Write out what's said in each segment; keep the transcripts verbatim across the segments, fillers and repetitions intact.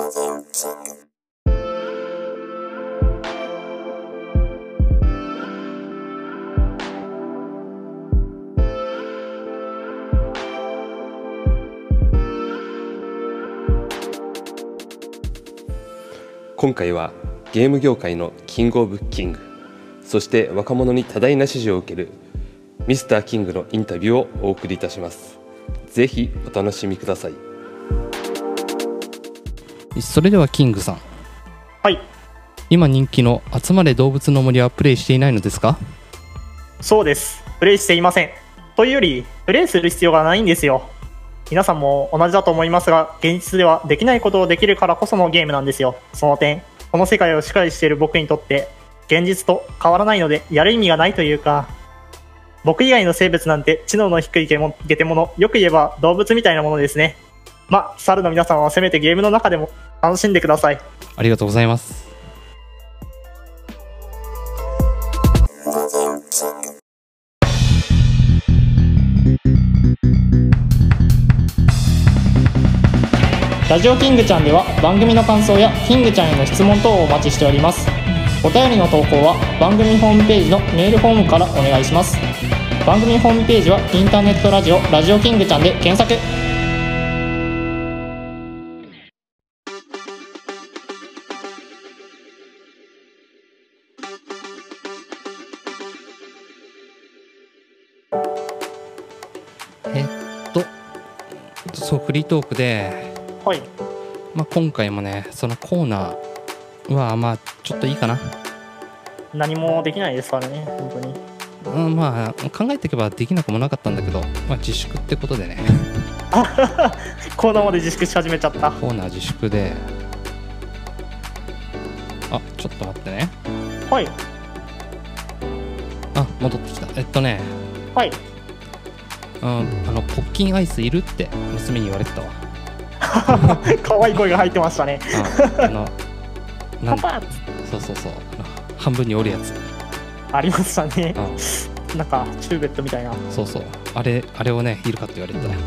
今回はゲーム業界のキングオブキング、そして若者に多大な支持を受けるミスターキングのインタビューをお送りいたします。ぜひお楽しみください。 それではキングさん、 はい、 今人気の集まれ動物の森はプレイしていないのですか？ そうです、プレイしていません。というよりプレイする必要がないんですよ。皆さんも同じだと思いますが、現実ではできないことをできるからこそのゲームなんですよ。その点、この世界を支配している僕にとって現実と変わらないので、やる意味がないというか、僕以外の生物なんて知能の低いゲテモノ、よく言えば動物みたいなものですね。まあ、猿の皆さんはせめてゲームの中でも楽しんでください。 ありがとうございます。 ラジオキングちゃんでは番組の感想やキングちゃんへの質問等をお待ちしております。お便りの投稿は番組ホームページのメールフォームからお願いします。番組ホームページはインターネットラジオラジオキングちゃんで検索。 えっとそうフリートークで、 はい、 まあ、今回もねそのコーナーはまあちょっといいかな。 何もできないですからね、本当に。 うん、まあ考えていけばできなくもなかったんだけど、まあ、自粛ってことでねコーナーまで自粛し始めちゃった。 コーナー自粛で、あ、ちょっと待ってね。 はい、 あ、戻ってきた。えっとね、 はい、 うん、あのポッキンアイスいるって娘に言われてたわ可愛い声が入ってましたね。 ああのなんパパ、 そうそうそう、あの半分に折るやつありましたね。 あ、 なんかチューベットみたいな。 そうそう、あれあれをねいるかって言われてたよ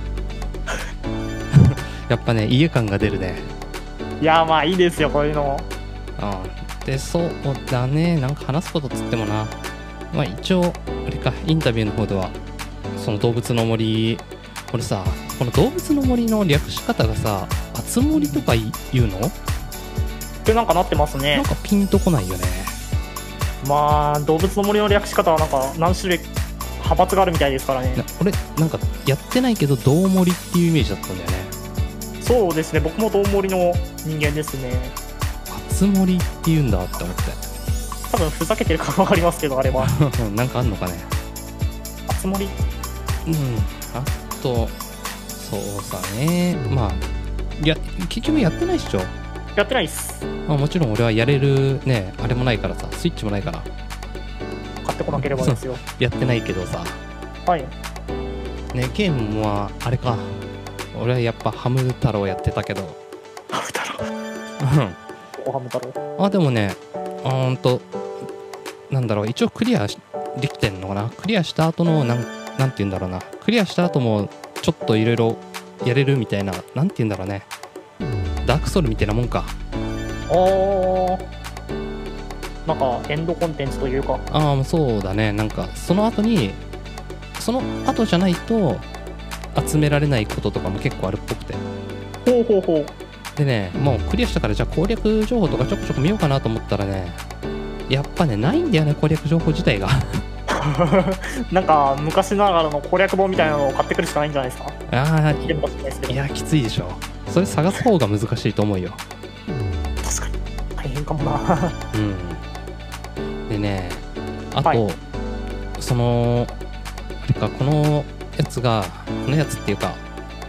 やっぱね家感が出るね。 いやー、まあいいですよ、こういうのも。 うん、でそうだね、なんか話すことつってもな、まあ一応あれか、インタビューの方ではその動物の森、これさ、この動物の森の略し方がさ、あつ森とか言うの？ で、なんかなってますね。 なんかピンとこないよね。 まあ動物の森の略し方はなんか何種類派閥があるみたいですからね。 俺なんかやってないけどどう森っていうイメージだったんだよね。 そうですね、僕もどう森の人間ですね。 あつ森って言うんだって思って。 多分ふざけてる感はありますけど、あれはなんかあんのかね。 あつ森、 うん、あとそうさね、まあいや結局やってないっしょ。 やってないっす。 まあ、もちろん俺はやれるねあれもないからさ、スイッチもないから買ってこなければですよやってないけどさ、 はいね、ゲームはあれか、俺はやっぱハム太郎やってたけど。 ハム太郎おハム太郎、 あ、でもね、うーんとなんだろう、一応クリアできてんのかな。クリアした後のなんなんて言うんだろうな、クリアした後もちょっといろいろやれるみたいな、なんて言うんだろうね、ダークソウルみたいなもんか。 おー、なんかエンドコンテンツというか。 ああ、そうだね。なんかその後にその後じゃないと集められないこととかも結構あるっぽくて。 ほうほうほう。 でね、もうクリアしたからじゃあ攻略情報とかちょこちょこ見ようかなと思ったらね、やっぱねないんだよね、攻略情報自体がなんか昔ながらの攻略本みたいなのを買ってくるしかないんじゃないですか。 ああ、 いいやきついでしょ。それ探す方が難しいと思うよ。 確かに大変かもなうんでね、あと、 はい、 そのあれか、このやつがこのやつっていうか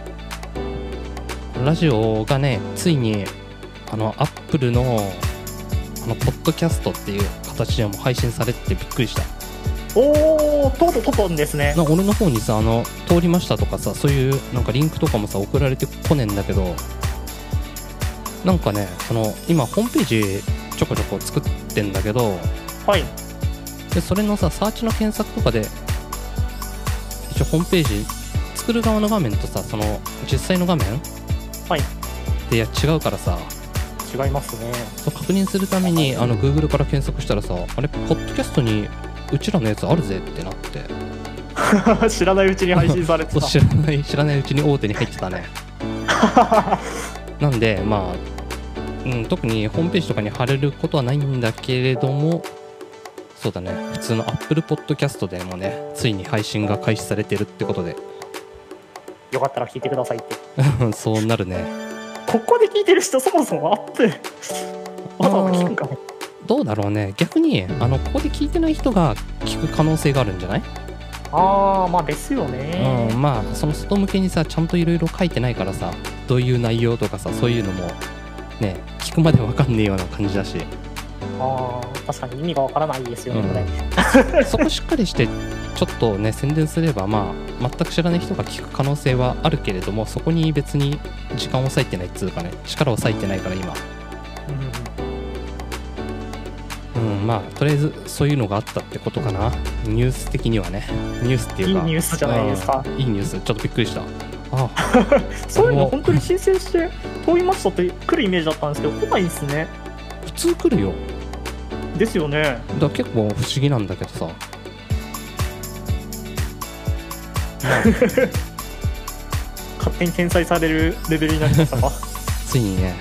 ラジオがね、ついにあのアップルのあのポッドキャストっていう形でも配信されてびっくりした。 おー、とうとうとったんですね。 な俺の方にさ、あの通りましたとかさ、そういうなんかリンクとかもさ送られてこねえんだけど、なんかね、その今ホームページちょこちょこ作ってんだけど、 はい、 でそれのさサーチの検索とかで一応ホームページ作る側の画面とさ、その実際の画面はいていや違うからさ、 違いますね。 そう確認するためにあの Google から検索したらさ、あれポッドキャストにうちらのやつあるぜってなって、 知らないうちに配信されてそうた。 知らない知らないうちに大手に入ってたね。なんでまあ、うん、特にホームページとかに貼れることはないんだけれども、そうだね、普通の Apple Podcast でもねついに配信が開始されてるってことでよかったら聞いてくださいって。 そうなるね。 ここで聞いてる人そもそもアップわざわざ聞くんかね。 どうだろうね、逆にあのここで聞いてない人が聞く可能性があるんじゃない？ ああ、まあですよね。 うん、まあその外向けにさちゃんといろいろ書いてないからさ、どういう内容とかさそういうのもね聞くまでわかんねえような感じだし、 ああ、確かに意味がわからないですよね、 うんこれ。 そこしっかりしてちょっとね宣伝すれば、まあ全く知らない人が聞く可能性はあるけれども、そこに別に時間を割いてないっつうかね、力を割いてないから今、うん、まあとりあえずそういうのがあったってことかな、ニュース的にはね。ニュースっていうかいいニュースじゃないですか。 うんいいニュース、ちょっとびっくりした。あそういうの本当に申請して通りましたって来るイメージだったんですけど、来ないんですね。 普通来るよ。 ですよね。 だから結構不思議なんだけどさ、 勝手に転載されるレベルになりましたか。 ついにね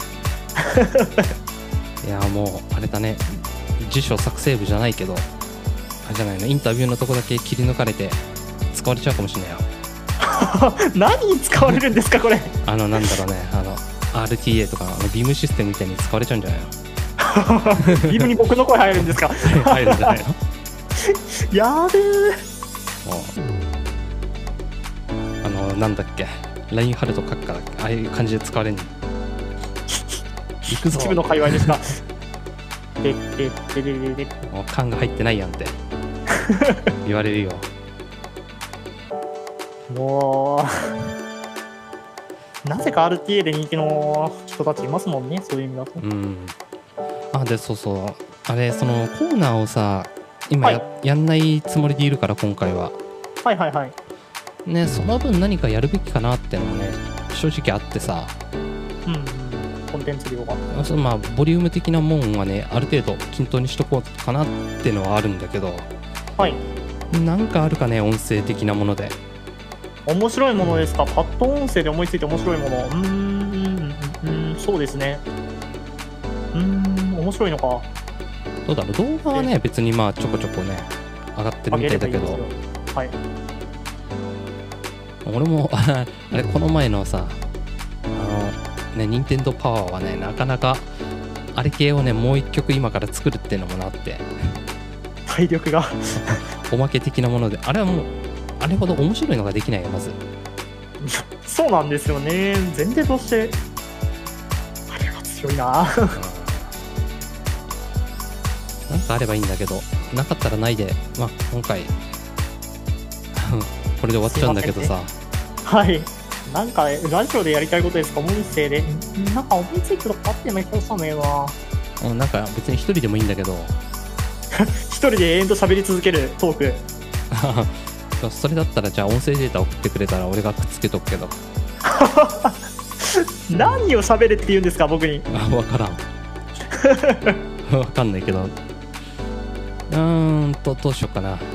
いやもうあれだね、辞書作成部じゃないけどあれじゃないの、インタビューのとこだけ切り抜かれて使われちゃうかもしれないよ。 何に使われるんですかこれ。 あのなんだろうね、あの アールティーエー とかあのビームシステムみたいに使われちゃうんじゃないの。 ビームに僕の声入るんですか。 入るんじゃないの。 やべえ。 あのなんだっけ、ラインハルト書くからああいう感じで使われるの。行くぞ。 一部の界隈ですか。でででででで。 もう缶が入ってないやんって言われるよ。 もうなぜか アールティーエー で人気の人たちいますもんね、そういう意味だと。 うんあでそうそうあれ、そのコーナーをさ今や,、 はやんないつもりでいるから今回ははいはいはい。 ね、その分何かやるべきかなってのもね正直あってさ、 うんうん、コンテンツ量が。 そのまあボリューム的なもんはねある程度均等にしとこうかなってのはあるんだけど、 はい。 なんかあるかね、音声的なもので。 面白いものですか。パッド音声で思いついて面白いもの。うーん、うん、うん、そうですね。うーん、面白いのか。 どうだろう、動画はね別にまあちょこちょこね上がってるみたいだけど、 上げればいいですよ。はい。 俺もあれこの前のさあのね任天堂パワーはねなかなかあれ系をねもう一曲今から作るっていうのもなって体力がおまけ的なもので、あれはもうあれほど面白いのができないよまず。 そうなんですよね。前提としてあれは強いな。 なんかあればいいんだけど、なかったらないで、まあ今回これで終わっちゃうんだけどさ、 はい。なんかラジオでやりたいことですか、音声で。なんか思いついたとかあってもいいかもしれないな。 うん、なんか別に一人でもいいんだけど一人で永遠と喋り続けるトーク。 それだったらじゃあ音声データ送ってくれたら俺がくっつけとくけど何を喋れって言うんですか僕に。 あ分からん分かんないけど、うーんとどうしようかな。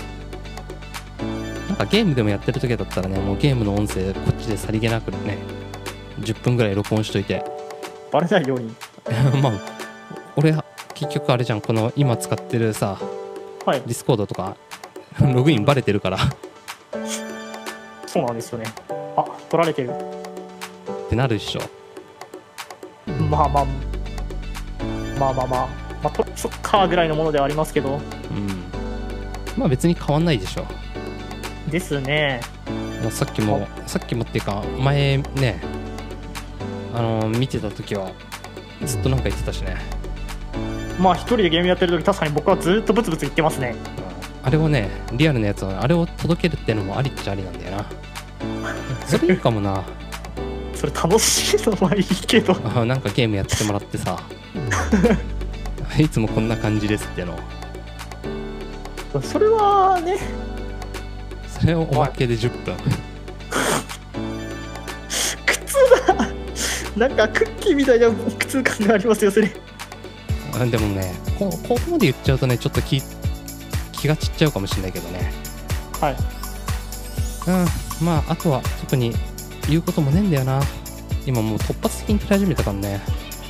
なんかゲームでもやってる時だったらね、もうゲームの音声こっちでさりげなくねじゅっぷんぐらい録音しといてバレないように。 まあ俺結局あれじゃん、この今使ってるさはい。 ディスコードとかログインバレてるからそうなんですよね。あ、取られてる。 ってなるでしょ。 まあまあまあまあまあまあとそっかぐらいのものではありますけど。 うんまあ別に変わんないでしょ。 ですね。 もうさっきもさっきもっていうか前ねあの見てた時はずっとなんか言ってたしね。 まあ一人でゲームやってる時確かに僕はずっとブツブツ言ってますね。 あれをねリアルなやつをあれを届けるってのもありっちゃありなんだよな。それいいかもな。 それ楽しいのはいいけど。 あなんかゲームやってもらってさいつもこんな感じですってのそれはね、 それをおまけでじゅっぷん苦痛だなんかクッキーみたいな苦痛感がありますよそれ。 あでもねこ、ここまで言っちゃうとね、ちょっと気気が散っちゃうかもしれないけどね。 はい。 うん、まああとは特に言うこともねえんだよな。今もう突発的に撮り始めたからね。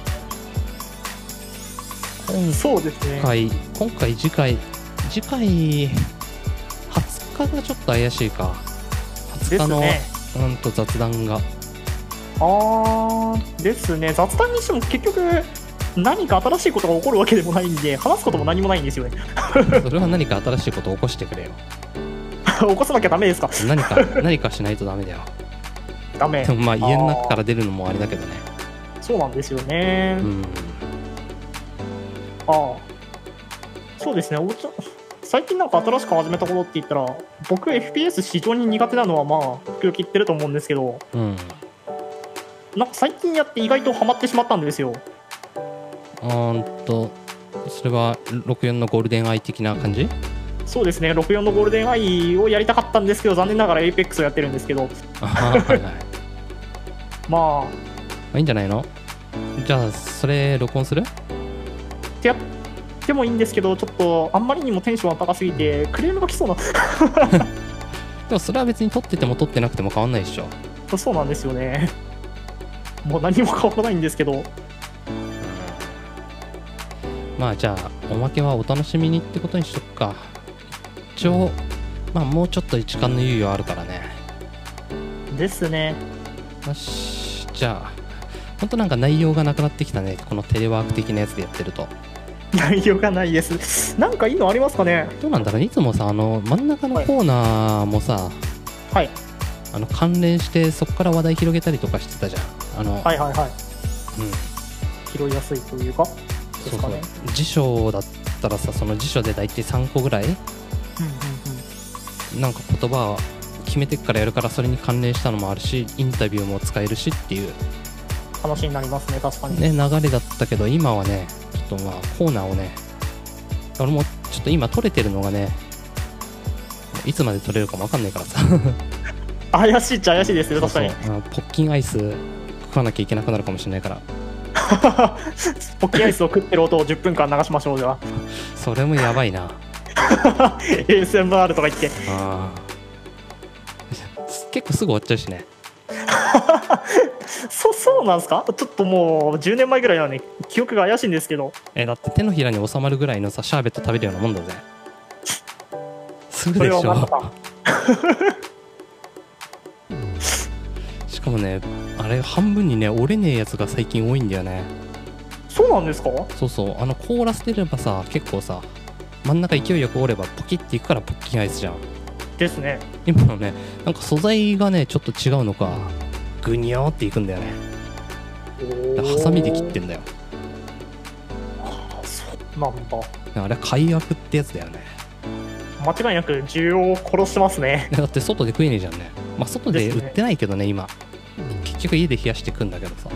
そうですね。 今回今回次回次回はつかがちょっと怪しいか。はつかの、 ね、 うんと雑談が。 あーですね。雑談にしても結局何か新しいことが起こるわけでもないんで、話すことも何もないんですよね。 それは何か新しいことを起こしてくれよ。 起こさなきゃダメですか。 何か何かしないとダメだよ。 ダメ。 でもまあ家の中から出るのもあれだけどね。 そうなんですよね。 うん。 ああ。そうですね。おちょ最近なんか新しく始めたことって言ったら、僕 エフピーエス 非常に苦手なのはまあ時々言ってると思うんですけど、 うん。 なんか最近やって意外とハマってしまったんですよ。 うーんとそれはろくじゅうよんのゴールデンアイ的な感じ？ そうですね。ろくじゅうよんのゴールデンアイをやりたかったんですけど、残念ながら エイペックス をやってるんですけど。 あはいはい。 まあいいんじゃないの？じゃあそれ録音する？ ってやってもいいんですけど、ちょっとあんまりにもテンションが高すぎてクレームが来そうな。 でもそれは別に撮ってても撮ってなくても変わんないでしょ。 そうなんですよね。もう何も変わらないんですけど。 まあじゃあおまけはお楽しみにってことにしとくか。一応まあもうちょっと時間の猶予あるからね。 ですね。 よし、じゃあほんとなんか内容がなくなってきたね、このテレワーク的なやつでやってると。 内容がないです。なんかいいのありますかね。 どうなんだろう、いつもさあの真ん中のコーナーもさ、 はい、 あの関連してそこから話題広げたりとかしてたじゃん。あのはいはいはい。 うん、 拾いやすいというかですかね。 そうそう、辞書だったらさ、その辞書で大体さんこぐらい、 うんうんうん、なんか言葉を決めてっからやるから、それに関連したのもあるし、インタビューも使えるしっていう話になりますね。確かにね、流れだったけど、今はねちょっとまあコーナーをね、俺もちょっと今撮れてるのがね、いつまで撮れるかも分かんないからさ怪しいっちゃ怪しいですよ。確かに。 そうそう、ポッキンアイス食わなきゃいけなくなるかもしれないからポッキーアイスを食ってる音をじゅっぷんかん流しましょう。じゃあそれもやばいなエーエスエムアール とか言って。 あ結構すぐ終わっちゃうしねそそうなんですか。ちょっともうじゅうねんまえぐらいなのに記憶が怪しいんですけど。 えだって手のひらに収まるぐらいのさシャーベット食べるようなもんだぜ。すぐでしそれはまょさしかもね、あれ半分にね折れねえやつが最近多いんだよね。 そうなんですか。 そうそう、あの凍らせてればさ、結構さ真ん中勢いよく折ればポキっていくからポッキンアイスじゃん。 ですね。 今のね、なんか素材がねちょっと違うのかグニョーっていくんだよね。ハサミで切ってんだよ。 ああ、そうなんだ。 あれ開悪ってやつだよね。 間違いなく需要を殺してますね。 だって外で食えねえじゃんね。まあ外で売ってないけどね今。結局家で冷やして食うんだけどさ。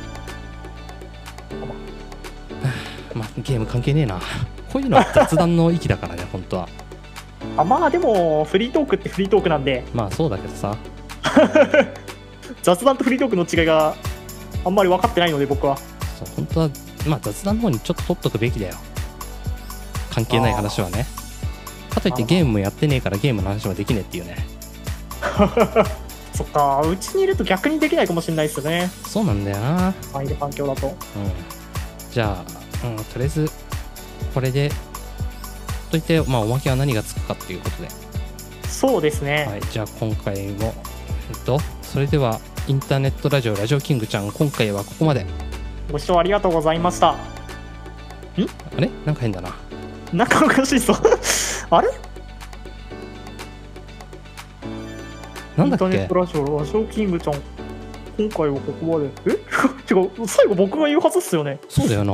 まあゲーム関係ねえな。こういうのは雑談の域だからね本当は。 あ、まあでもフリートークってフリートークなんで。 まあそうだけどさ雑談とフリートークの違いがあんまり分かってないので僕は。 そう本当はまあ雑談の方にちょっと取っとくべきだよ。関係ない話はね。かといってゲームもやってねえからゲームの話はできねえっていうね。 そっか、うちにいると逆にできないかもしれないですよね。 そうなんだよな。 ああいう環境だと。 うん、じゃあ、うん、とりあえずこれでといって、まあ、おまけは何がつくかっていうことで、 そうですね。 はい、じゃあ今回も、えっと、それではインターネットラジオラジオキングちゃん、今回はここまで。 ご視聴ありがとうございました。んあれなんか変だな。 なんかおかしいぞあれなんだっけ。 インターネットラジオラジオキングちゃん、今回はここまで。え違う、最後僕が言うはずっすよね。 そうだよな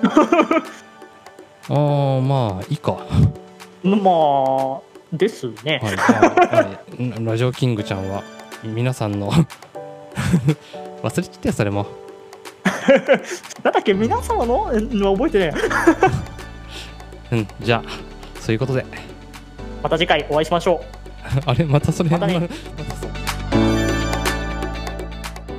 あーまあいいか。 まあですね。 はい、はい、ラジオキングちゃんは皆さんの忘れちゃったよそれもなんだっけ、皆様の覚えてねうんじゃあそういうことでまた次回お会いしましょう。 あれまたそれまたねまた